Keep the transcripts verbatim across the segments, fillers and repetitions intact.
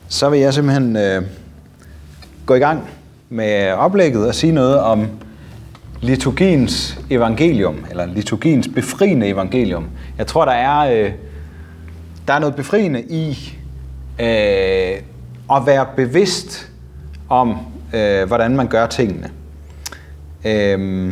så vil jeg simpelthen øh, gå i gang med oplægget og sige noget om liturgiens evangelium, eller liturgiens befriende evangelium. Jeg tror, der er, øh, der er noget befriende i øh, at være bevidst om, øh, hvordan man gør tingene. Øh,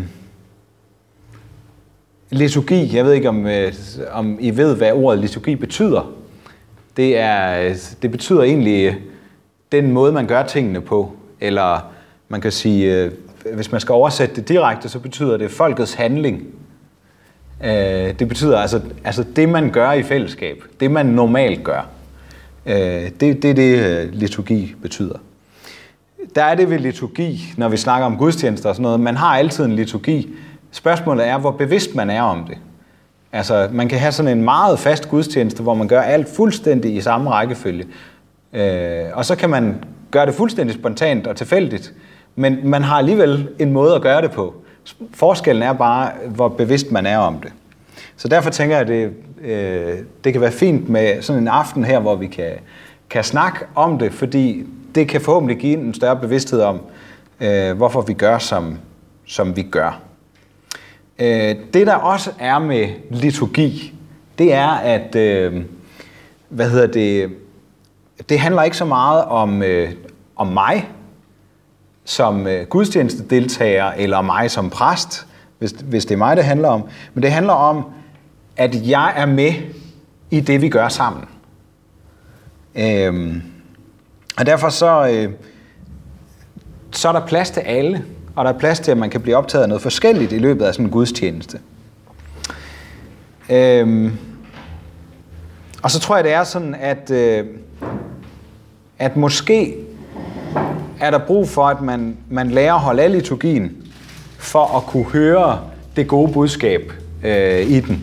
liturgi, jeg ved ikke, om, øh, om I ved, hvad ordet liturgi betyder. Det, er, det betyder egentlig den måde, man gør tingene på. Eller man kan sige, hvis man skal oversætte det direkte, så betyder det folkets handling. Det betyder altså, altså det, man gør i fællesskab. Det, man normalt gør. Det er det, det, liturgi betyder. Der er det ved liturgi, når vi snakker om gudstjenester og sådan noget. Man har altid en liturgi. Spørgsmålet er, hvor bevidst man er om det. Altså, man kan have sådan en meget fast gudstjeneste, hvor man gør alt fuldstændig i samme rækkefølge. Øh, og så kan man gøre det fuldstændig spontant og tilfældigt, men man har alligevel en måde at gøre det på. Forskellen er bare, hvor bevidst man er om det. Så derfor tænker jeg, at det, øh, det kan være fint med sådan en aften her, hvor vi kan, kan snakke om det, fordi det kan forhåbentlig give en større bevidsthed om, øh, hvorfor vi gør, som, som vi gør. Det, der også er med liturgi, det er, at øh, hvad hedder det, det handler ikke så meget om, øh, om mig som øh, gudstjenestedeltager, eller om mig som præst, hvis, hvis det er mig, det handler om. Men det handler om, at jeg er med i det, vi gør sammen. Øh, og derfor så, øh, så er der plads til alle. Og der er plads til, at man kan blive optaget af noget forskelligt i løbet af sådan en gudstjeneste. Øhm, og så tror jeg, det er sådan, at, øh, at måske er der brug for, at man, man lærer at holde af liturgien, for at kunne høre det gode budskab øh, i den.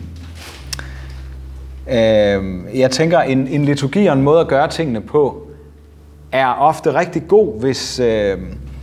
Øh, jeg tænker, en, en liturgi og en måde at gøre tingene på, er ofte rigtig god, hvis... Øh,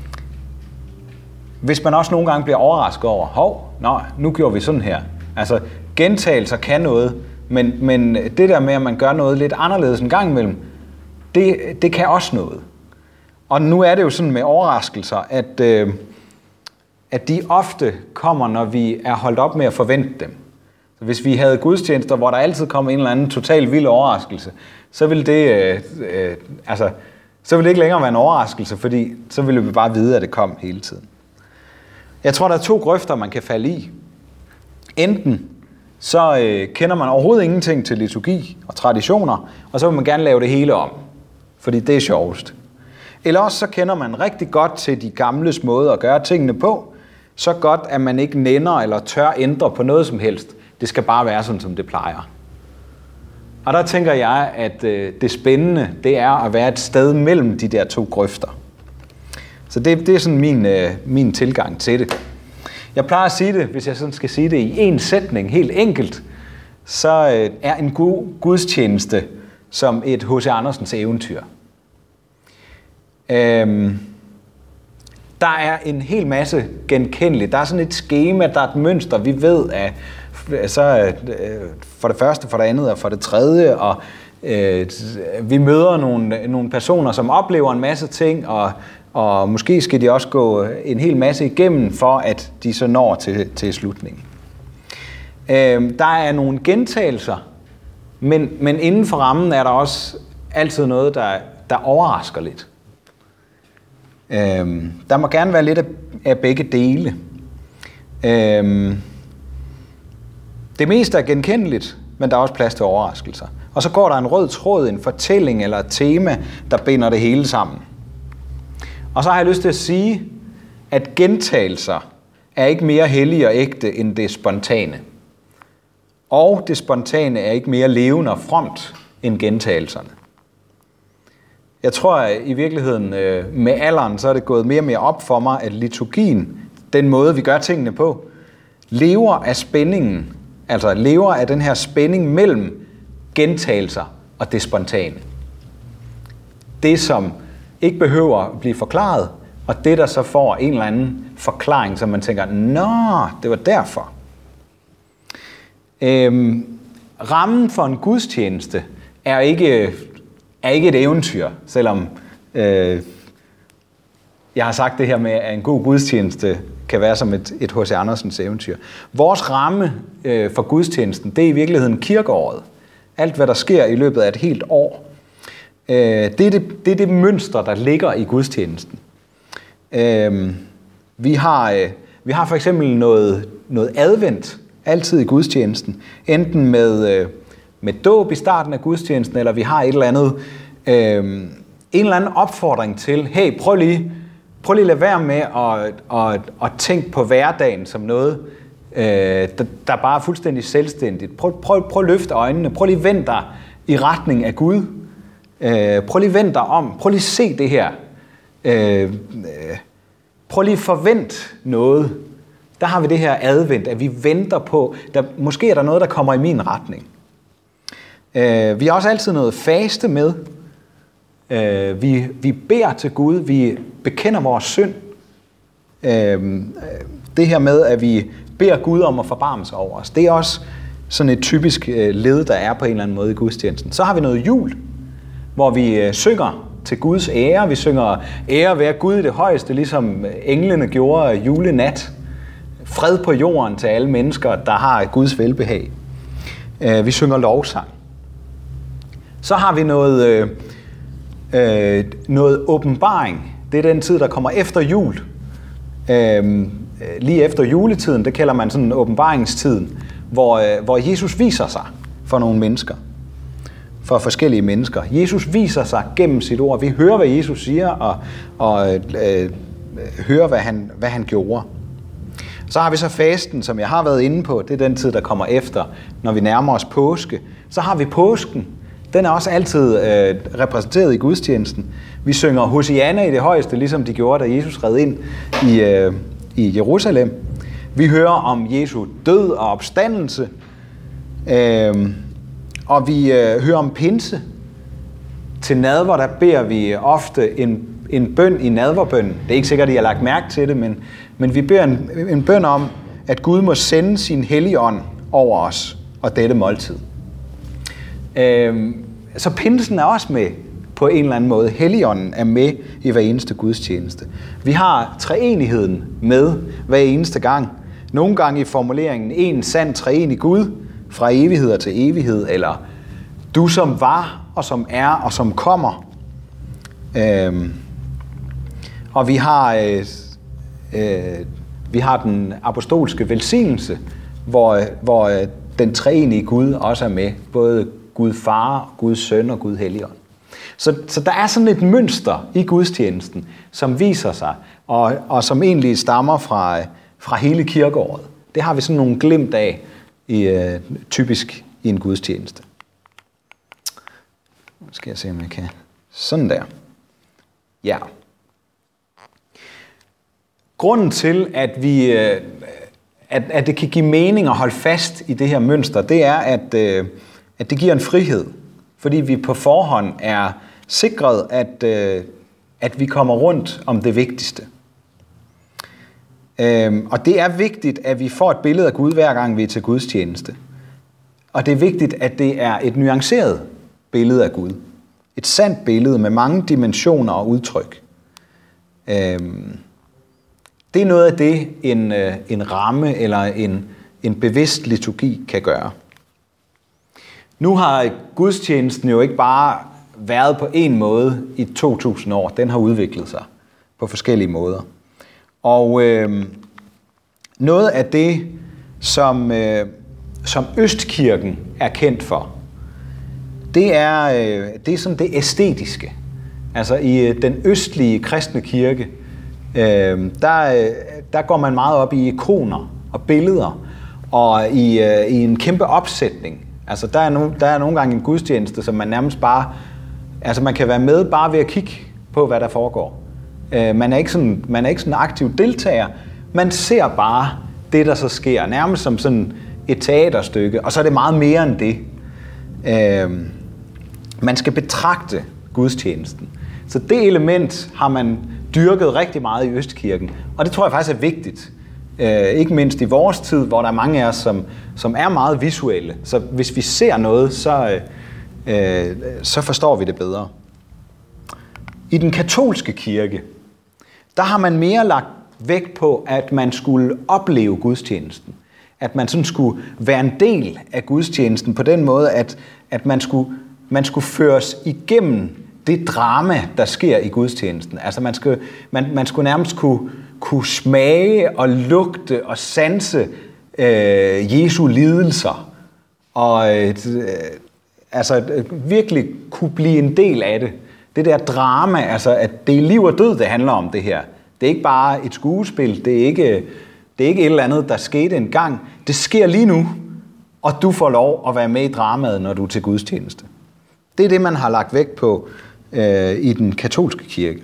Hvis man også nogle gange bliver overrasket over, hov, nå, nu gjorde vi sådan her. Altså, gentagelser kan noget, men, men det der med, at man gør noget lidt anderledes en gang imellem, det, det kan også noget. Og nu er det jo sådan med overraskelser, at, øh, at de ofte kommer, når vi er holdt op med at forvente dem. Så hvis vi havde gudstjenester, hvor der altid kom en eller anden total vild overraskelse, så ville det, øh, øh, altså, så ville det ikke længere være en overraskelse, fordi så ville vi bare vide, at det kom hele tiden. Jeg tror, der er to grøfter, man kan falde i. Enten så øh, kender man overhovedet ingenting til liturgi og traditioner, og så vil man gerne lave det hele om, fordi det er sjovest. Eller også så kender man rigtig godt til de gamles måde at gøre tingene på, så godt, at man ikke nænner eller tør ændre på noget som helst. Det skal bare være sådan, som det plejer. Og der tænker jeg, at øh, det spændende, det er at være et sted mellem de der to grøfter. Så det, det er sådan min, øh, min tilgang til det. Jeg plejer at sige det, hvis jeg sådan skal sige det i en sætning, helt enkelt, så øh, er en god gudstjeneste som et H C Andersens eventyr. Øhm, der er en hel masse genkendeligt. Der er sådan et skema, der er et mønster, vi ved, at så, øh, for det første, for det andet og for det tredje, og øh, vi møder nogle, nogle personer, som oplever en masse ting, og Og måske skal de også gå en hel masse igennem, for at de så når til, til slutningen. Øh, der er nogle gentagelser, men, men inden for rammen er der også altid noget, der, der overrasker lidt. Øh, der må gerne være lidt af, af begge dele. Øh, det meste er genkendeligt, men der er også plads til overraskelser. Og så går der en rød tråd, en fortælling eller et tema, der binder det hele sammen. Og så har jeg lyst til at sige, at gentagelser er ikke mere hellige og ægte end det spontane. Og det spontane er ikke mere levende og fromt end gentagelserne. Jeg tror at i virkeligheden med alderen, så er det gået mere og mere op for mig, at liturgien, den måde vi gør tingene på, lever af spændingen, altså lever af den her spænding mellem gentagelser og det spontane. Det, som ikke behøver at blive forklaret, og det, der så får en eller anden forklaring, så man tænker, nå, det var derfor. Øhm, rammen for en gudstjeneste er ikke er ikke et eventyr, selvom øh, jeg har sagt det her med, at en god gudstjeneste kan være som et, et H C Andersens eventyr. Vores ramme øh, for gudstjenesten, det er i virkeligheden kirkeåret. Alt, hvad der sker i løbet af et helt år. Øh, det, er det, det er det mønster, der ligger i gudstjenesten. Øh, vi, har, øh, vi har for eksempel noget, noget advent altid i gudstjenesten. Enten med, øh, med dåb i starten af gudstjenesten, eller vi har et eller andet, øh, en eller anden opfordring til, hey, prøv lige, prøv lige at lade være med at, at, at tænke på hverdagen som noget, øh, der, der bare er fuldstændig selvstændigt. Prøv, prøv, prøv at løfte øjnene. Prøv lige at vende dig i retning af Gud. Øh, prøv lige at vende dig om. Prøv lige at se det her. Øh, øh, prøv lige at forvente noget. Der har vi det her advent, at vi venter på, der, måske er der noget, der kommer i min retning. Øh, vi har også altid noget faste med. Øh, vi, vi beder til Gud, vi bekender vores synd. Øh, det her med, at vi beder Gud om at forbarme sig over os, det er også sådan et typisk led, der er på en eller anden måde i gudstjenesten. Så har vi noget jul, hvor vi øh, synger til Guds ære. Vi synger ære være Gud i det højeste, ligesom englene gjorde julenat. Fred på jorden til alle mennesker, der har Guds velbehag. Øh, vi synger lovsang. Så har vi noget, øh, øh, noget åbenbaring. Det er den tid, der kommer efter jul. Øh, lige efter juletiden, det kalder man sådan åbenbaringstiden, hvor, øh, hvor Jesus viser sig for nogle mennesker. For forskellige mennesker. Jesus viser sig gennem sit ord. Vi hører, hvad Jesus siger, og, og øh, hører, hvad han, hvad han gjorde. Så har vi så fasten, som jeg har været inde på. Det er den tid, der kommer efter, når vi nærmer os påske. Så har vi påsken. Den er også altid øh, repræsenteret i gudstjenesten. Vi synger Hosianna i det højeste, ligesom de gjorde, da Jesus red ind i, øh, i Jerusalem. Vi hører om Jesu død og opstandelse. Øh, og vi øh, hører om pinse. Til nadver, der beder vi ofte en, en bøn i nadverbønnen. Det er ikke sikkert, at I har lagt mærke til det, men, men vi beder en, en bøn om, at Gud må sende sin hellige ånd over os og dette måltid. Øh, så pinsen er også med på en eller anden måde. Helligånden er med i hver eneste gudstjeneste. Vi har treenigheden med hver eneste gang. Nogle gange i formuleringen en sand treenig Gud fra evighed til evighed, eller du som var og som er og som kommer. Øhm, og vi har, øh, øh, vi har den apostolske velsignelse, hvor, hvor øh, den treenige Gud også er med. Både Gud Far, Guds Søn og Gud Helligånd. Så, så der er sådan et mønster i gudstjenesten, som viser sig, og, og som egentlig stammer fra, fra hele kirkeåret. Det har vi sådan nogle glimt af, i, øh, typisk i en gudstjeneste. Nu skal jeg se, om jeg kan. Sådan der. Ja. Grunden til, at, vi, øh, at, at det kan give mening at holde fast i det her mønster, det er, at, øh, at det giver en frihed. Fordi vi på forhånd er sikret, at, øh, at vi kommer rundt om det vigtigste. Øhm, og det er vigtigt, at vi får et billede af Gud, hver gang vi er til gudstjeneste. Og det er vigtigt, at det er et nuanceret billede af Gud. Et sandt billede med mange dimensioner og udtryk. Øhm, det er noget af det, en, øh, en ramme eller en, en bevidst liturgi kan gøre. Nu har gudstjenesten jo ikke bare været på en måde i to tusind år. Den har udviklet sig på forskellige måder. Og øh, noget af det, som, øh, som Østkirken er kendt for, det er, øh, det er sådan det æstetiske. Altså i øh, den østlige kristne kirke, øh, der, øh, der går man meget op i ikoner og billeder, og i, øh, i en kæmpe opsætning. Altså der er, no, der er nogle gange en gudstjeneste, som man nærmest bare, altså man kan være med bare ved at kigge på, hvad der foregår. Uh, man er ikke sådan, man er ikke sådan en aktiv deltager, man ser bare det, der så sker, nærmest som sådan et teaterstykke, og så er det meget mere end det. Uh, man skal betragte gudstjenesten. Så det element har man dyrket rigtig meget i Østkirken, og det tror jeg faktisk er vigtigt. Uh, ikke mindst i vores tid, hvor der er mange af os, som, som er meget visuelle. Så hvis vi ser noget, så, uh, uh, så forstår vi det bedre. I den katolske kirke, der har man mere lagt vægt på, at man skulle opleve gudstjenesten. At man sådan skulle være en del af gudstjenesten på den måde, at, at man, skulle, man skulle føres igennem det drama, der sker i gudstjenesten. Altså man skulle, man, man skulle nærmest kunne, kunne smage og lugte og sanse øh, Jesu lidelser. Og øh, altså virkelig kunne blive en del af det. Det der drama, altså at det er liv og død, det handler om det her. Det er ikke bare et skuespil, det er ikke, det er ikke et eller andet, der skete engang. Det sker lige nu, og du får lov at være med i dramaet, når du er til gudstjeneste. Det er det, man har lagt vægt på øh, i den katolske kirke.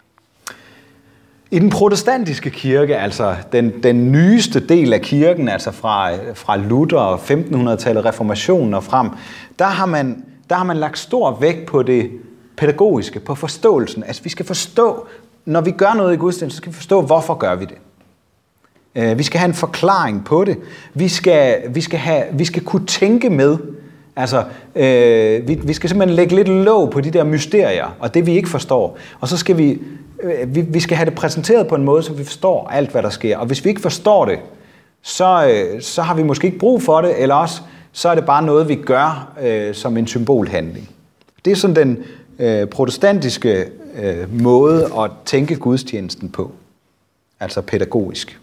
I den protestantiske kirke, altså den, den nyeste del af kirken, altså fra, fra Luther og femtenhundredetallet, reformationen og frem, der har, man, der har man lagt stor vægt på det pædagogiske, på forståelsen. Altså vi skal forstå, når vi gør noget i gudstjenesten, så skal vi forstå, hvorfor gør vi det. Vi skal have en forklaring på det. Vi skal, vi skal, have, vi skal kunne tænke med. Altså, øh, vi, vi skal simpelthen lægge lidt låg på de der mysterier, og det vi ikke forstår. Og så skal vi, øh, vi, vi skal have det præsenteret på en måde, så vi forstår alt, hvad der sker. Og hvis vi ikke forstår det, så, øh, så har vi måske ikke brug for det, eller også så er det bare noget, vi gør øh, som en symbolhandling. Det er sådan den øh, protestantiske øh, måde at tænke gudstjenesten på. Altså pædagogisk.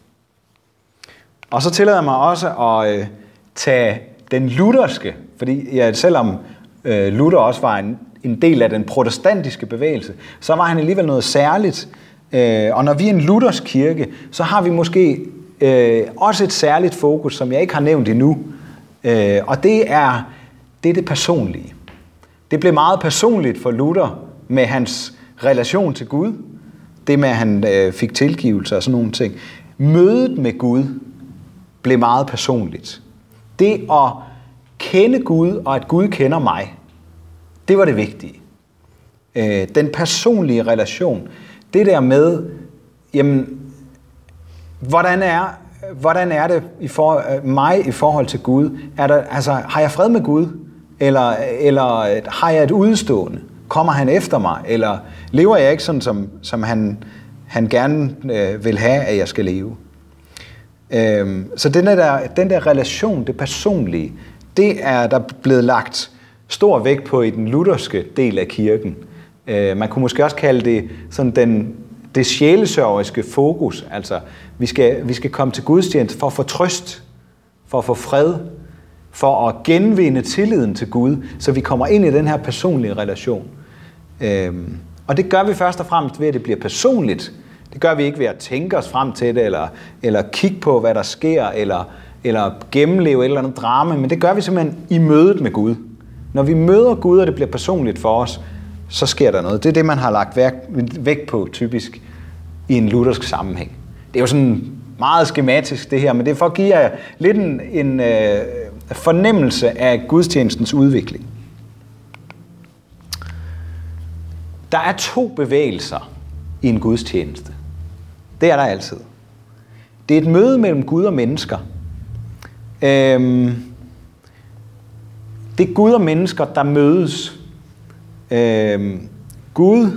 Og så tillader jeg mig også at øh, tage den lutherske, fordi ja, selvom øh, Luther også var en, en del af den protestantiske bevægelse, så var han alligevel noget særligt. Øh, og når vi er en luthersk kirke, så har vi måske øh, også et særligt fokus, som jeg ikke har nævnt endnu. Øh, og det er, det er det personlige. Det blev meget personligt for Luther med hans relation til Gud. Det med, at han øh, fik tilgivelse og sådan nogle ting. Mødet med Gud blev meget personligt. Det at kende Gud, og at Gud kender mig, det var det vigtige. Øh, den personlige relation, det der med, jamen, hvordan er, hvordan er det i for, mig i forhold til Gud? Er der, altså, har jeg fred med Gud? Eller, eller har jeg et udstående? Kommer han efter mig? Eller lever jeg ikke sådan, som, som han, han gerne øh, vil have, at jeg skal leve? Øh, så den der, den der relation, det personlige, det er der blevet lagt stor vægt på i den lutherske del af kirken. Øh, man kunne måske også kalde det sådan den, det sjælesørgeriske fokus. Altså, vi skal, vi skal komme til gudstjeneste for at få trøst, for at få fred, for at genvinde tilliden til Gud, så vi kommer ind i den her personlige relation. Øhm, og det gør vi først og fremmest ved, at det bliver personligt. Det gør vi ikke ved at tænke os frem til det, eller, eller kigge på, hvad der sker, eller, eller gennemleve et eller andet drama, men det gør vi simpelthen i mødet med Gud. Når vi møder Gud, og det bliver personligt for os, så sker der noget. Det er det, man har lagt vægt på typisk i en luthersk sammenhæng. Det er jo sådan meget skematisk det her, men det er for at give jer lidt en, en øh, fornemmelse af gudstjenestens udvikling. Der er to bevægelser i en gudstjeneste. Det er der altid. Det er et møde mellem Gud og mennesker. Øhm, det er Gud og mennesker, der mødes. Øhm, Gud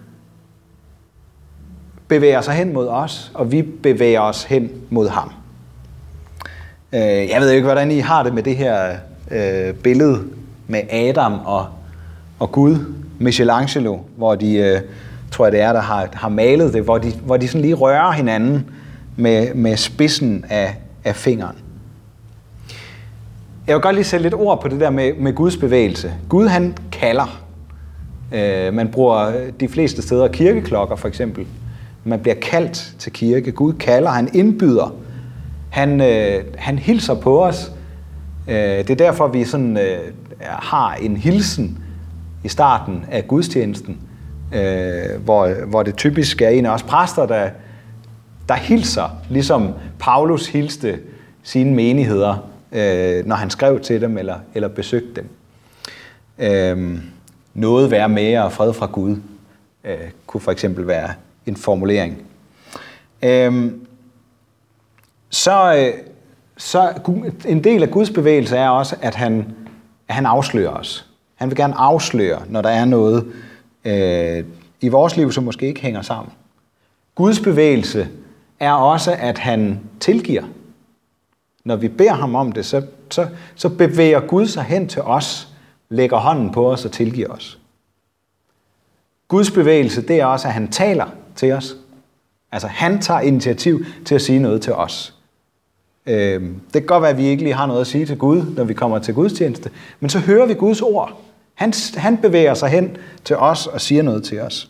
bevæger sig hen mod os, og vi bevæger os hen mod ham. Øh, jeg ved ikke, hvordan I har det med det her øh, billede med Adam og, og Gud, Michelangelo, hvor de, øh, tror jeg det er, der har, har malet det, hvor de, hvor de sådan lige rører hinanden med, med spidsen af, af fingeren. Jeg vil godt lige sætte lidt ord på det der med, med Guds bevægelse. Gud, han kalder. Øh, man bruger de fleste steder kirkeklokker, for eksempel. Man bliver kaldt til kirke. Gud kalder, han indbyder. Han, øh, han hilser på os. Øh, det er derfor, vi sådan, øh, har en hilsen i starten af gudstjenesten, øh, hvor, hvor det typisk er en af os præster, der, der hilser, ligesom Paulus hilste sine menigheder, øh, når han skrev til dem eller, eller besøgte dem. Øh, noget være mere og fred fra Gud, øh, kunne for eksempel være en formulering. Øh, så, øh, så en del af Guds bevægelse er også, at han, at han afslører os. Han vil gerne afsløre, når der er noget, øh, i vores liv, som måske ikke hænger sammen. Guds bevægelse er også, at han tilgiver. Når vi beder ham om det, så, så, så bevæger Gud sig hen til os, lægger hånden på os og tilgiver os. Guds bevægelse, det er også, at han taler til os. Altså, han tager initiativ til at sige noget til os. Øh, det kan godt være, at vi ikke lige har noget at sige til Gud, når vi kommer til gudstjeneste, men så hører vi Guds ord. Han, han bevæger sig hen til os og siger noget til os.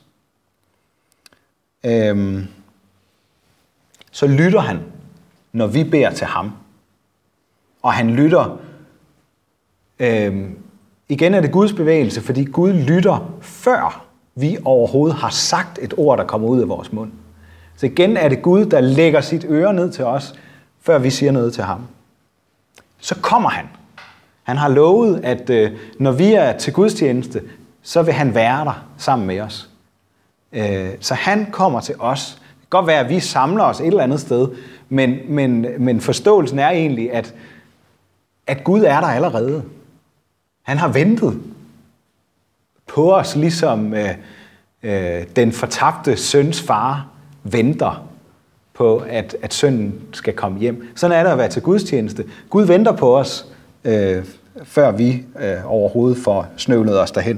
Øh, så lytter han, når vi beder til ham. Og han lytter. Øh, igen er det Guds bevægelse, fordi Gud lytter, før vi overhovedet har sagt et ord, der kommer ud af vores mund. Så igen er det Gud, der lægger sit øre ned til os, før vi siger noget til ham. Så kommer han. Han har lovet, at øh, når vi er til gudstjeneste, så vil han være der sammen med os. Øh, så han kommer til os. Det kan godt være, at vi samler os et eller andet sted, men, men, men forståelsen er egentlig, at, at Gud er der allerede. Han har ventet på os, ligesom øh, øh, den fortabte søns far venter på, at, at sønnen skal komme hjem. Sådan er det at være til gudstjeneste. Gud venter på os, øh, før vi øh, overhovedet får snøvlet os derhen.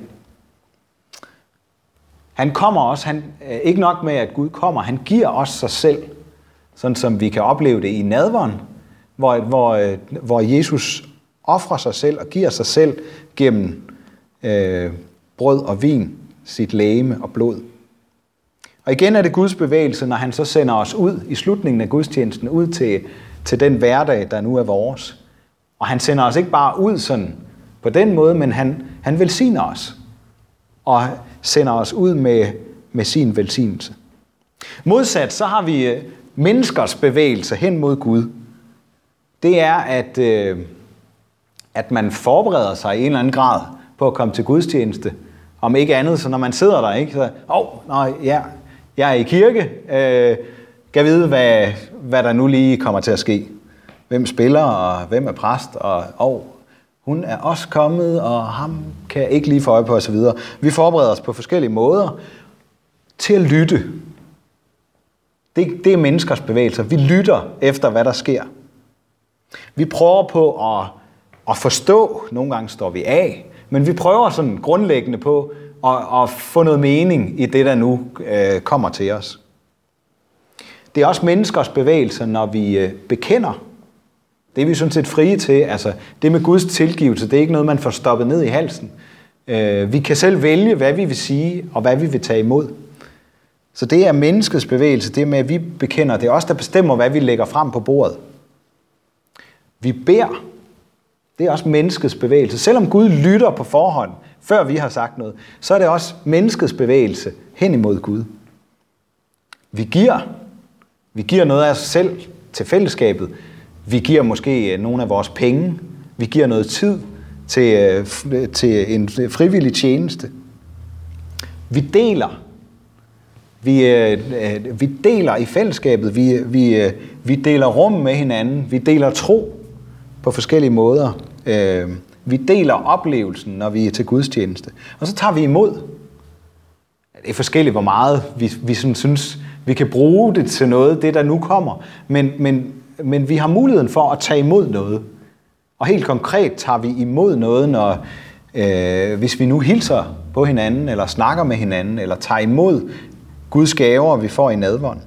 Han kommer også, han, øh, ikke nok med, at Gud kommer, han giver os sig selv, sådan som vi kan opleve det i nadveren, hvor, hvor, øh, hvor Jesus ofrer sig selv og giver sig selv gennem øh, brød og vin, sit legeme og blod. Og igen er det Guds bevægelse, når han så sender os ud i slutningen af gudstjenesten, ud til, til den hverdag, der nu er vores. Og han sender os ikke bare ud sådan på den måde, men han, han velsigner os. Og sender os ud med, med sin velsignelse. Modsat så har vi menneskers bevægelse hen mod Gud. Det er, at, øh, at man forbereder sig i en eller anden grad på at komme til gudstjeneste. Om ikke andet, så når man sidder der, ikke, så åh, oh, nej, ja, jeg er i kirke, øh, kan vide, hvad, hvad der nu lige kommer til at ske. Hvem spiller, og hvem er præst, og oh, hun er også kommet, og ham kan jeg ikke lige få øje på, osv. Vi forbereder os på forskellige måder til at lytte. Det, det er menneskers bevægelser. Vi lytter efter, hvad der sker. Vi prøver på at, at forstå, nogle gange står vi af, men vi prøver sådan grundlæggende på at, at få noget mening i det, der nu øh, kommer til os. Det er også menneskers bevægelser, når vi øh, bekender. Det er vi sådan set frie til. Altså, det med Guds tilgivelse, det er ikke noget, man får stoppet ned i halsen. Øh, vi kan selv vælge, hvad vi vil sige, og hvad vi vil tage imod. Så det er menneskets bevægelse, det med, at vi bekender. Det er os, der bestemmer, hvad vi lægger frem på bordet. Vi beder. Det er også menneskets bevægelse. Selvom Gud lytter på forhånd, før vi har sagt noget, så er det også menneskets bevægelse hen imod Gud. Vi giver. Vi giver noget af os selv til fællesskabet. Vi giver måske nogle af vores penge. Vi giver noget tid til, til en frivillig tjeneste. Vi deler. Vi, vi deler i fællesskabet. Vi, vi, vi deler rum med hinanden. Vi deler tro på forskellige måder. Vi deler oplevelsen, når vi er til gudstjeneste. Og så tager vi imod. Det er forskelligt, hvor meget vi, vi sådan synes, vi kan bruge det til noget, det der nu kommer. Men, men, men vi har muligheden for at tage imod noget. Og helt konkret tager vi imod noget, når, øh, hvis vi nu hilser på hinanden, eller snakker med hinanden, eller tager imod Guds gaver, vi får i nadveren.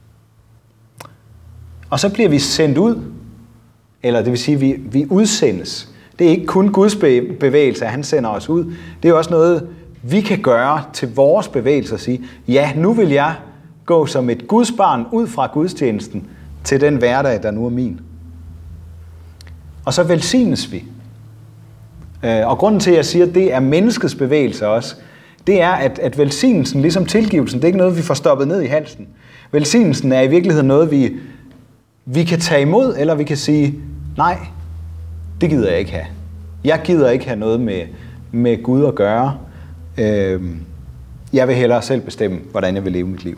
Og så bliver vi sendt ud, eller det vil sige, at vi, vi udsendes. Det er ikke kun Guds bevægelse, at han sender os ud. Det er også noget, vi kan gøre til vores bevægelse og sige, ja, nu vil jeg gå som et Guds barn ud fra gudstjenesten til den hverdag, der nu er min. Og så velsignes vi. Og grunden til, at jeg siger, at det er menneskets bevægelse også, det er, at, at velsignelsen, ligesom tilgivelsen, det er ikke noget, vi får stoppet ned i halsen. Velsignelsen er i virkeligheden noget, vi, vi kan tage imod, eller vi kan sige, nej, det gider jeg ikke have. Jeg gider ikke have noget med, med Gud at gøre. Jeg vil hellere selv bestemme, hvordan jeg vil leve mit liv.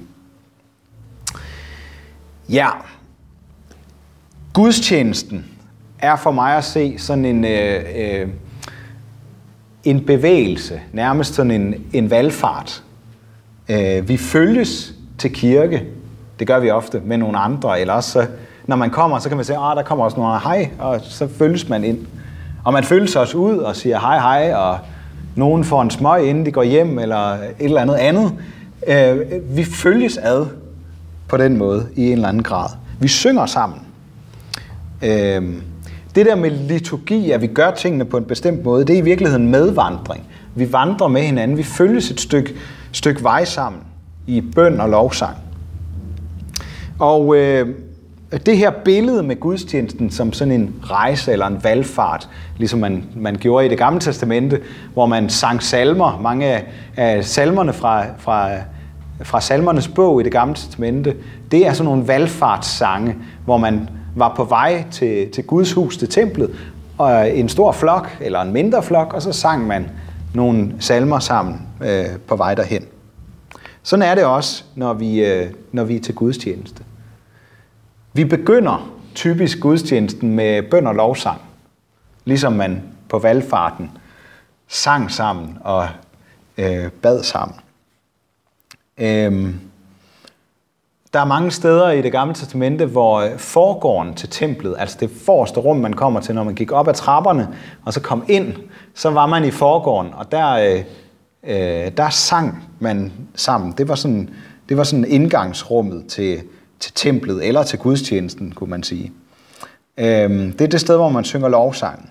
Ja, gudstjenesten er for mig at se sådan en, øh, øh, en bevægelse, nærmest sådan en, en valgfart. Øh, vi følges til kirke. Det gør vi ofte med nogle andre. Eller også, så, når man kommer, så kan man sige, at der kommer også nogle hej, og så følges man ind. Og man følges også ud og siger hej hej, og nogen får en smøg, inden de går hjem, eller et eller andet andet. Øh, vi følges ad på den måde i en eller anden grad. Vi synger sammen. Øh, det der med liturgi, at vi gør tingene på en bestemt måde, det er i virkeligheden medvandring. Vi vandrer med hinanden, vi følges et stykke, stykke vej sammen i bøn og lovsang. Og øh, det her billede med gudstjenesten som sådan en rejse eller en valfart, ligesom man, man gjorde i Det Gamle Testamente, hvor man sang salmer, mange af, af salmerne fra, fra, fra salmernes bog i Det Gamle Testamente, det er sådan nogle valfartssange, hvor man var på vej til, til Guds hus, til templet, og en stor flok eller en mindre flok, og så sang man nogle salmer sammen øh, på vej derhen. Sådan er det også, når vi, øh, når vi er til gudstjeneste. Vi begynder typisk gudstjenesten med bøn og lovsang, ligesom man på valfarten sang sammen og øh, bad sammen. Øhm, der er mange steder i Det Gamle Testamente, hvor forgården til templet, altså det forreste rum, man kommer til, når man gik op ad trapperne og så kom ind, så var man i forgården, og der, øh, der sang man sammen. Det var sådan, det var sådan indgangsrummet til til templet, eller til gudstjenesten, kunne man sige. Øhm, det er det sted, hvor man synger lovsang.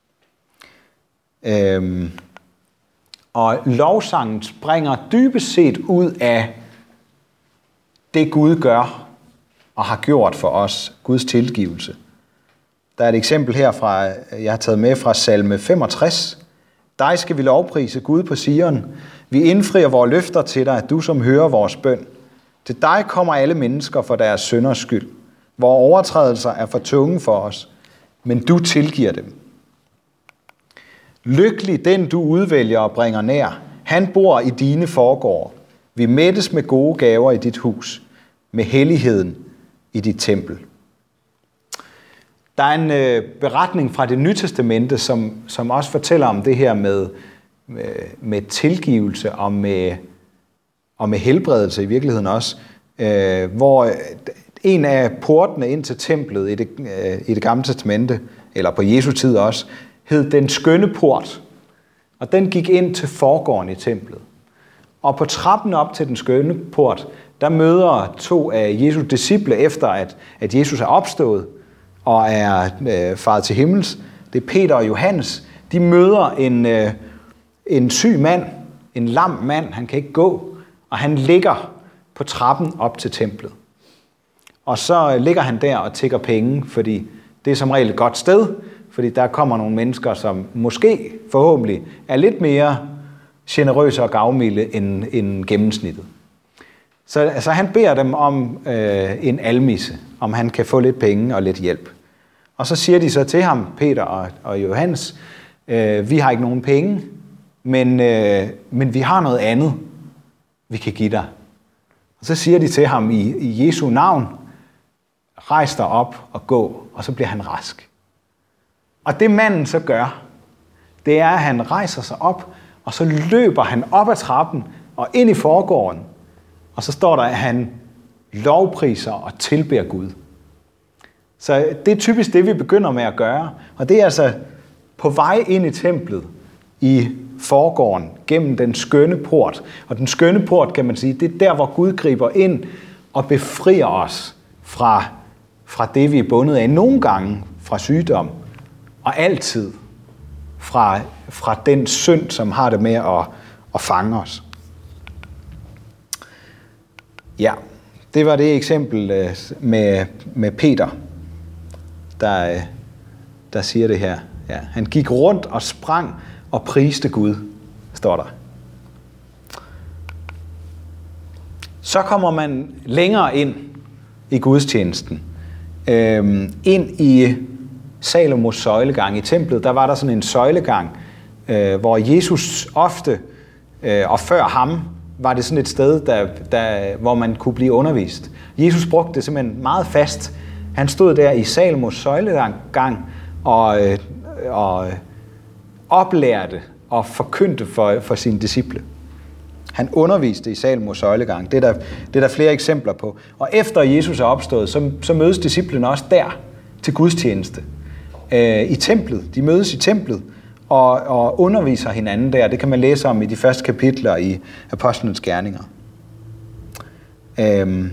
Øhm, og lovsangen springer dybest set ud af det, Gud gør og har gjort for os, Guds tilgivelse. Der er et eksempel her, fra, jeg har taget med fra salme femogtres. Dig skal vi lovprise, Gud på Sion. Vi indfrier vores løfter til dig, at du som hører vores bøn. Til dig kommer alle mennesker for deres synders skyld. Vore overtrædelser er for tunge for os, men du tilgiver dem. Lykkelig den, du udvælger og bringer nær. Han bor i dine forgårde. Vi mættes med gode gaver i dit hus, med helligheden i dit tempel. Der er en øh, beretning fra Det Nye Testamente, som, som også fortæller om det her med, med, med tilgivelse og med og med helbredelse i virkeligheden også, øh, hvor en af portene ind til templet i det, øh, i det Gamle Testamente, eller på Jesu tid også, hed den skønne port, og den gik ind til forgården i templet. Og på trappen op til den skønne port, der møder to af Jesu disciple, efter at, at Jesus er opstået og er øh, faret til himmels, det er Peter og Johannes, de møder en, øh, en syg mand, en lam mand, han kan ikke gå, og han ligger på trappen op til templet. Og så ligger han der og tigger penge, fordi det er som regel et godt sted, fordi der kommer nogle mennesker, som måske, forhåbentlig, er lidt mere generøse og gavmilde end, end gennemsnittet. Så altså, han beder dem om øh, en almisse, om han kan få lidt penge og lidt hjælp. Og så siger de så til ham, Peter og, og Johannes, øh, vi har ikke nogen penge, men, øh, men vi har noget andet, vi kan give dig. Og så siger de til ham i, i Jesu navn, rejs dig op og gå, og så bliver han rask. Og det manden så gør, det er, at han rejser sig op, og så løber han op ad trappen og ind i forgården. Og så står der, at han lovpriser og tilbeder Gud. Så det er typisk det, vi begynder med at gøre. Og det er altså på vej ind i templet i forgården, gennem den skønne port. Og den skønne port, kan man sige, det er der, hvor Gud griber ind og befrier os fra, fra det, vi er bundet af. Nogle gange fra sygdom, og altid fra, fra den synd, som har det med at, at fange os. Ja, det var det eksempel med, med Peter, der, der siger det her. Ja, han gik rundt og sprang og priste Gud, står der. Så kommer man længere ind i gudstjenesten. Øhm, ind i Salomos søjlegang i templet, der var der sådan en søjlegang, øh, hvor Jesus ofte, øh, og før ham, var det sådan et sted, der, der, hvor man kunne blive undervist. Jesus brugte det simpelthen meget fast. Han stod der i Salomos søjlegang og, øh, og oplærte og forkyndte for, for sine disciple. Han underviste i Salomos søjlegang. Det er der, det er der flere eksempler på. Og efter Jesus er opstået, så, så mødes disciplene også der til gudstjeneste. Øh, I templet. De mødes i templet og, og underviser hinanden der. Det kan man læse om i de første kapitler i Apostlenes Gerninger. Øh,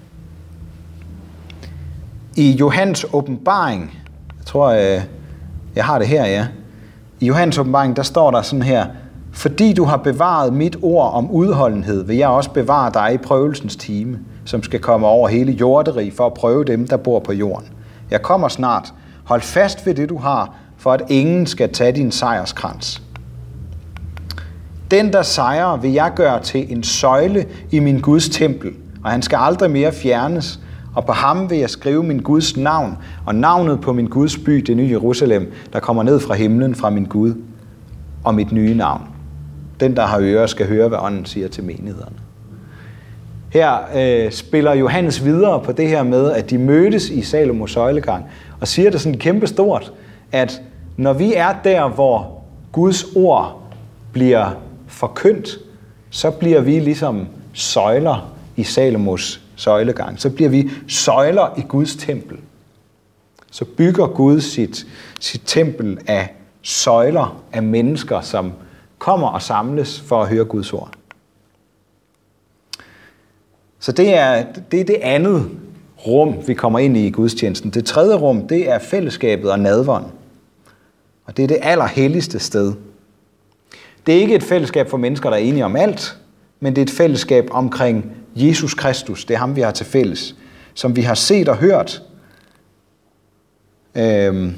I Johannes åbenbaring, jeg tror, øh, jeg har det her, ja. I Johannes åbenbaring, der står der sådan her: fordi du har bevaret mit ord om udholdenhed, vil jeg også bevare dig i prøvelsens time, som skal komme over hele jorderig for at prøve dem, der bor på jorden. Jeg kommer snart. Hold fast ved det, du har, for at ingen skal tage din sejrskrans. Den, der sejrer, vil jeg gøre til en søjle i min Guds tempel, og han skal aldrig mere fjernes, og på ham vil jeg skrive min Guds navn, og navnet på min Guds by, det nye Jerusalem, der kommer ned fra himlen fra min Gud, og mit nye navn. Den, der har ører, skal høre, hvad ånden siger til menighederne. Her øh, spiller Johannes videre på det her med, at de mødtes i Salomos søjlegang, og siger det sådan kæmpe stort, at når vi er der, hvor Guds ord bliver forkyndt, så bliver vi ligesom søjler i Salomos søjlegang. Så bliver vi søjler i Guds tempel. Så bygger Gud sit, sit tempel af søjler af mennesker, som kommer og samles for at høre Guds ord. Så det er, det er det andet rum, vi kommer ind i i gudstjenesten. Det tredje rum, det er fællesskabet og nadveren. Og det er det allerhelligste sted. Det er ikke et fællesskab for mennesker, der er enige om alt, men det er et fællesskab omkring Jesus Kristus. Det er ham, vi har til fælles. Som vi har set og hørt. Øhm,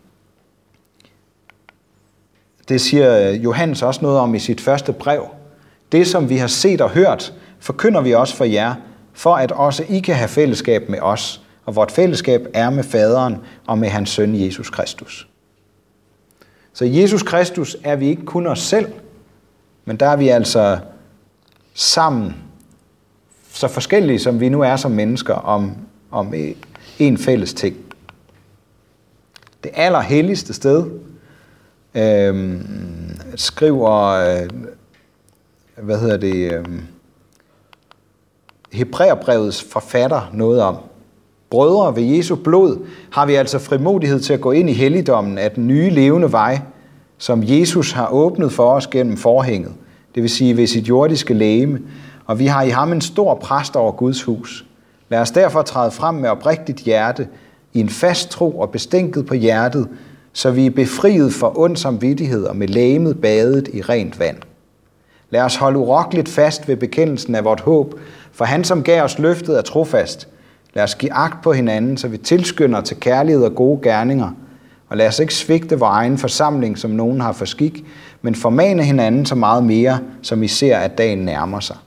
det siger Johannes også noget om i sit første brev. Det, som vi har set og hørt, forkynder vi også for jer, for at også I kan have fællesskab med os, og vort fællesskab er med faderen og med hans søn Jesus Kristus. Så i Jesus Kristus er vi ikke kun os selv, men der er vi altså sammen, så forskellige som vi nu er som mennesker, om, om en fælles ting. Det allerhelligste sted øh, skriver, øh, hvad hedder det, øh, Hebræerbrevets forfatter noget om. Brødre, ved Jesu blod har vi altså frimodighed til at gå ind i helligdommen af den nye levende vej, som Jesus har åbnet for os gennem forhænget, det vil sige ved sit jordiske legeme, og vi har i ham en stor præst over Guds hus. Lad os derfor træde frem med oprigtigt hjerte, i en fast tro og bestænket på hjertet, så vi er befriet for ond samvittighed og med legemet badet i rent vand. Lad os holde urokkeligt fast ved bekendelsen af vort håb, for han, som gav os løftet, er trofast. Lad os give agt på hinanden, så vi tilskynder til kærlighed og gode gerninger. Og lad os ikke svigte vor egen forsamling, som nogen har for skik, men formane hinanden så meget mere, som I ser, at dagen nærmer sig.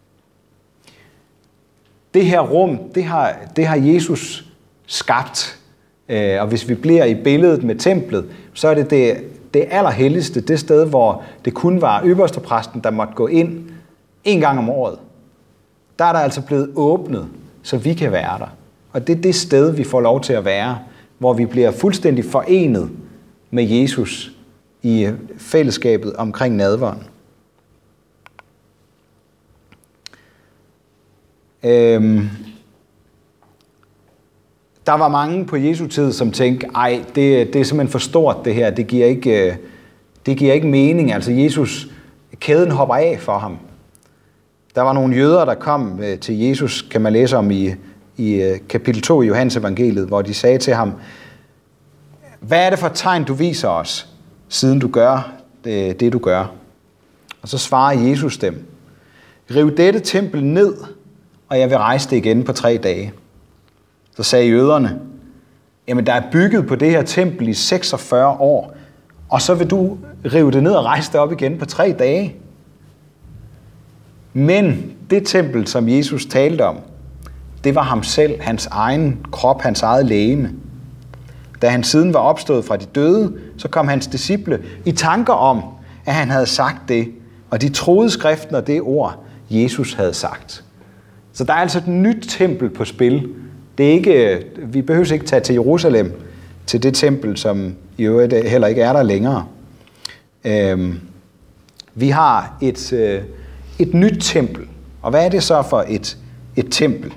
Det her rum, det har, det har Jesus skabt. Og hvis vi bliver i billedet med templet, så er det det, det allerhelligste, det sted, hvor det kun var øverstepræsten, der måtte gå ind en gang om året. Der er der altså blevet åbnet, så vi kan være der. Og det er det sted, vi får lov til at være, hvor vi bliver fuldstændig forenet med Jesus i fællesskabet omkring nadveren. Øhm. Der var mange på Jesu tid, som tænkte, ej, det, det er simpelthen for stort det her, det giver ikke, det giver ikke mening. Altså Jesus, kæden hopper af for ham. Der var nogle jøder, der kom til Jesus, kan man læse om i, i kapitel to i Johannes evangeliet, hvor de sagde til ham, hvad er det for et tegn, du viser os, siden du gør det, det du gør? Og så svarer Jesus dem, riv dette tempel ned, og jeg vil rejse det igen på tre dage. Så sagde jøderne, jamen der er bygget på det her tempel i seksogfyrre år, og så vil du rive det ned og rejse det op igen på tre dage. Men det tempel, som Jesus talte om, det var ham selv, hans egen krop, hans eget legeme. Da han siden var opstået fra de døde, så kom hans disciple i tanker om, at han havde sagt det, og de troede skriften og det ord, Jesus havde sagt. Så der er altså et nyt tempel på spil. Det er ikke, vi behøver ikke tage til Jerusalem, til det tempel, som i øvrigt heller ikke er der længere. Øhm, vi har et, et nyt tempel. Og hvad er det så for et, et tempel?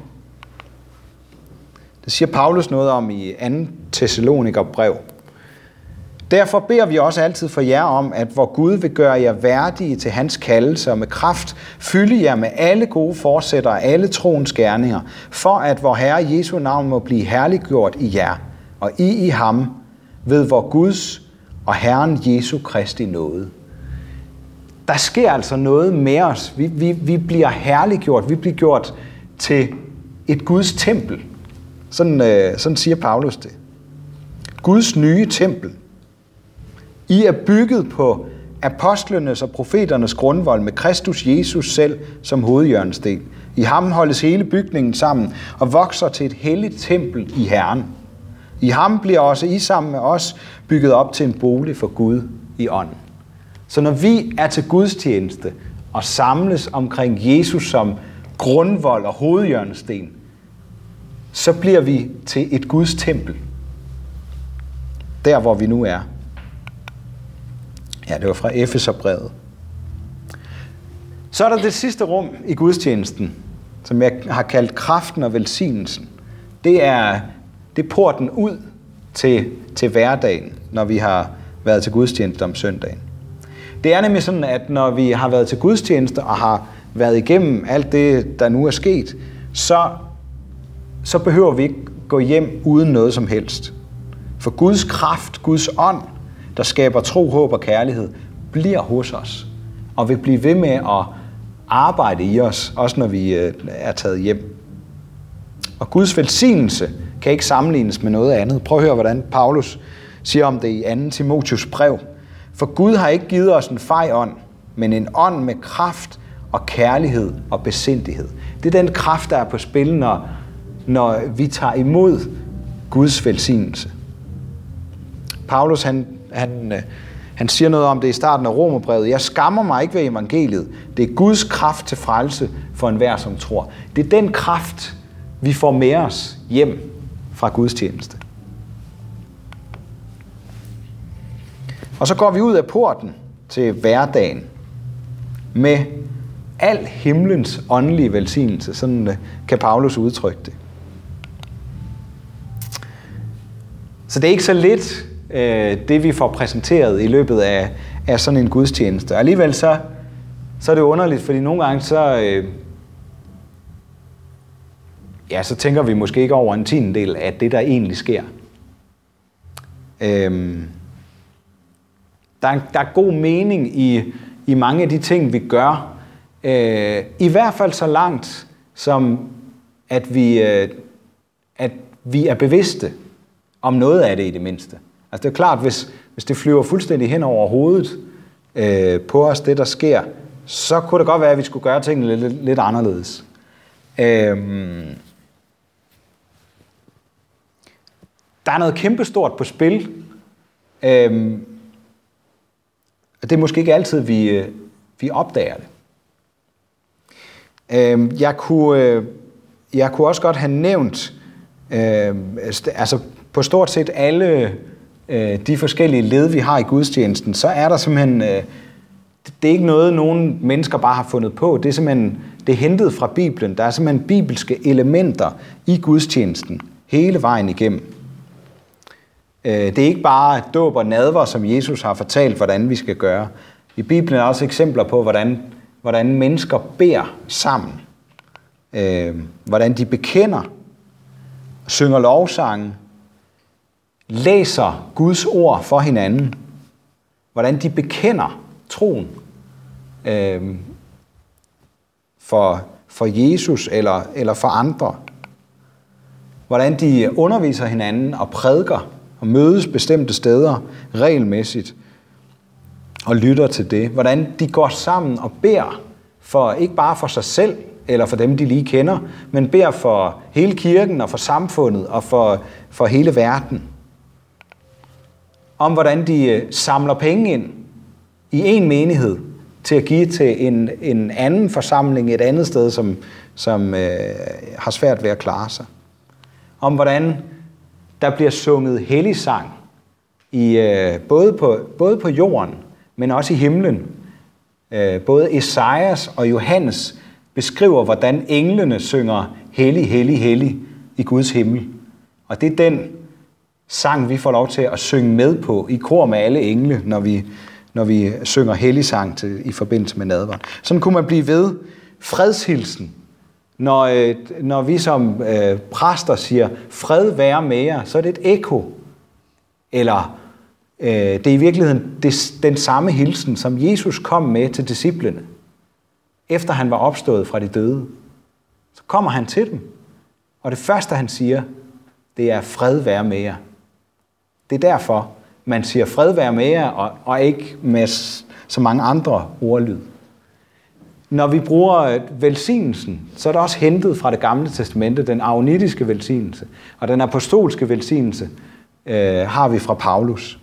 Det siger Paulus noget om i anden Thessalonikerbrev. Derfor beder vi også altid for jer om, at hvor Gud vil gøre jer værdige til hans kaldelse og med kraft fylde jer med alle gode forsætter og alle troens gerninger, for at vor Herre Jesu navn må blive herliggjort i jer, og I i ham, ved vor Guds og Herren Jesu Kristi nåde. Der sker altså noget med os. Vi, vi, vi bliver herliggjort, vi bliver gjort til et Guds tempel. Sådan, øh, sådan siger Paulus det. Guds nye tempel. I er bygget på apostlenes og profeternes grundvold med Kristus Jesus selv som hovedhjørnesten. I ham holdes hele bygningen sammen og vokser til et helligt tempel i Herren. I ham bliver også I sammen med os bygget op til en bolig for Gud i ånden. Så når vi er til Guds tjeneste og samles omkring Jesus som grundvold og hovedhjørnesten, så bliver vi til et Guds tempel. Der, hvor vi nu er. Ja, det var fra Efeserbrevet. Så er der det sidste rum i gudstjenesten, som jeg har kaldt kraften og velsignelsen. Det er, det er porten ud til, til hverdagen, når vi har været til gudstjeneste om søndagen. Det er nemlig sådan, at når vi har været til gudstjeneste og har været igennem alt det, der nu er sket, så, så behøver vi ikke gå hjem uden noget som helst. For Guds kraft, Guds ånd, der skaber tro, håb og kærlighed, bliver hos os og vil blive ved med at arbejde i os, også når vi er taget hjem. Og Guds velsignelse kan ikke sammenlignes med noget andet. Prøv at høre, hvordan Paulus siger om det i anden Timotheus brev. For Gud har ikke givet os en fej ånd, men en ånd med kraft og kærlighed og besindighed. Det er den kraft, der er på spil, når, når vi tager imod Guds velsignelse. Paulus, han, han, han siger noget om det i starten af Romerbrevet. Jeg skammer mig ikke ved evangeliet. Det er Guds kraft til frelse for enhver, som tror. Det er den kraft, vi får med os hjem fra Guds tjeneste. Og så går vi ud af porten til hverdagen med al himlens åndelige velsignelse. Sådan kan Paulus udtrykke det. Så det er ikke så lidt, det vi får præsenteret i løbet af, af sådan en gudstjeneste. Og alligevel så, så er det underligt, fordi nogle gange så, øh, ja, så tænker vi måske ikke over en tiendedel af det, der egentlig sker. Øhm, der, er, der er god mening i, i mange af de ting, vi gør. Øh, I hvert fald så langt, som at vi, øh, at vi er bevidste om noget af det i det mindste. Altså det er klart, hvis, hvis det flyver fuldstændig hen over hovedet øh, på os, det der sker, så kunne det godt være, at vi skulle gøre tingene lidt, lidt anderledes. Øhm, der er noget kæmpestort på spil. Øhm, det er måske ikke altid, vi, vi opdager det. Øhm, jeg, kunne, jeg kunne også godt have nævnt, øh, altså på stort set alle de forskellige led, vi har i gudstjenesten, så er der simpelthen, det er ikke noget, nogen mennesker bare har fundet på. Det er simpelthen, det er hentet fra Bibelen. Der er simpelthen bibelske elementer i gudstjenesten hele vejen igennem. Det er ikke bare dåb og nadver, som Jesus har fortalt, hvordan vi skal gøre. I Bibelen er også eksempler på, hvordan, hvordan mennesker beder sammen. Hvordan de bekender, synger lovsange, læser Guds ord for hinanden, hvordan de bekender troen øh, for, for Jesus eller, eller for andre, hvordan de underviser hinanden og prædiker og mødes bestemte steder regelmæssigt og lytter til det, hvordan de går sammen og beder for ikke bare for sig selv eller for dem, de lige kender, men beder for hele kirken og for samfundet og for, for hele verden. Om hvordan de samler penge ind i en menighed til at give til en, en anden forsamling et andet sted, som, som øh, har svært ved at klare sig. Om hvordan der bliver sunget helligsang i, øh, både, på, både på jorden, men også i himlen, Både Esajas og Johannes beskriver, hvordan englene synger hellig, hellig, hellig i Guds himmel. Og det er den sang, vi får lov til at synge med på i kor med alle engle, når vi, når vi synger hellig sang til, i forbindelse med nadveren. Sådan kunne man blive ved. Fredshilsen. Når, når vi som øh, præster siger, fred være med jer, så er det et ekko. Eller øh, det er i virkeligheden det, den samme hilsen, som Jesus kom med til disciplene. Efter han var opstået fra de døde, så kommer han til dem. Og det første, han siger, det er fred være med jer. Det er derfor, man siger fred være med jer, og, og ikke med så mange andre ordlyd. Når vi bruger velsignelsen, så er det også hentet fra det gamle testamente, den aronitiske velsignelse. Og den apostolske velsignelse øh, har vi fra Paulus.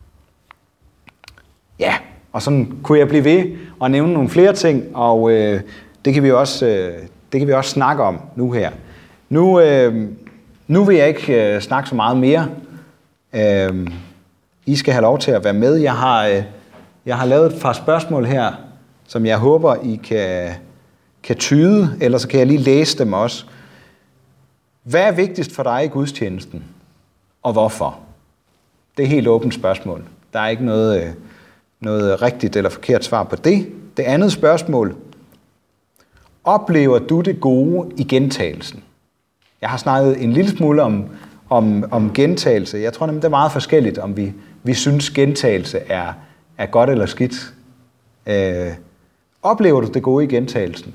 Ja, og sådan kunne jeg blive ved og nævne nogle flere ting, og øh, det, kan vi også, øh, det kan vi også snakke om nu her. Nu, øh, nu vil jeg ikke øh, snakke så meget mere. Øh, I skal have lov til at være med. Jeg har, øh, jeg har lavet et par spørgsmål her, som jeg håber, I kan, kan tyde, eller så kan jeg lige læse dem også. Hvad er vigtigst for dig i gudstjenesten, og hvorfor? Det er et helt åbent spørgsmål. Der er ikke noget, noget rigtigt eller forkert svar på det. Det andet spørgsmål. Oplever du det gode i gentagelsen? Jeg har snakket en lille smule om, om, om gentagelse. Jeg tror nemlig, det er meget forskelligt, om vi, vi synes, gentagelse er, er godt eller skidt. Øh, oplever du det gode i gentagelsen?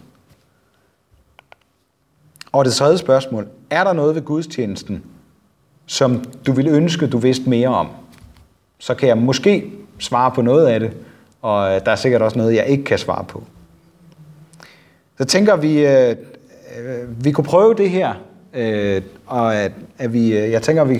Og det tredje spørgsmål. Er der noget ved gudstjenesten, som du ville ønske, du vidste mere om? Så kan jeg måske svare på noget af det, og der er sikkert også noget, jeg ikke kan svare på. Så tænker vi, øh, vi kunne prøve det her, øh, og at, at vi, jeg tænker, vi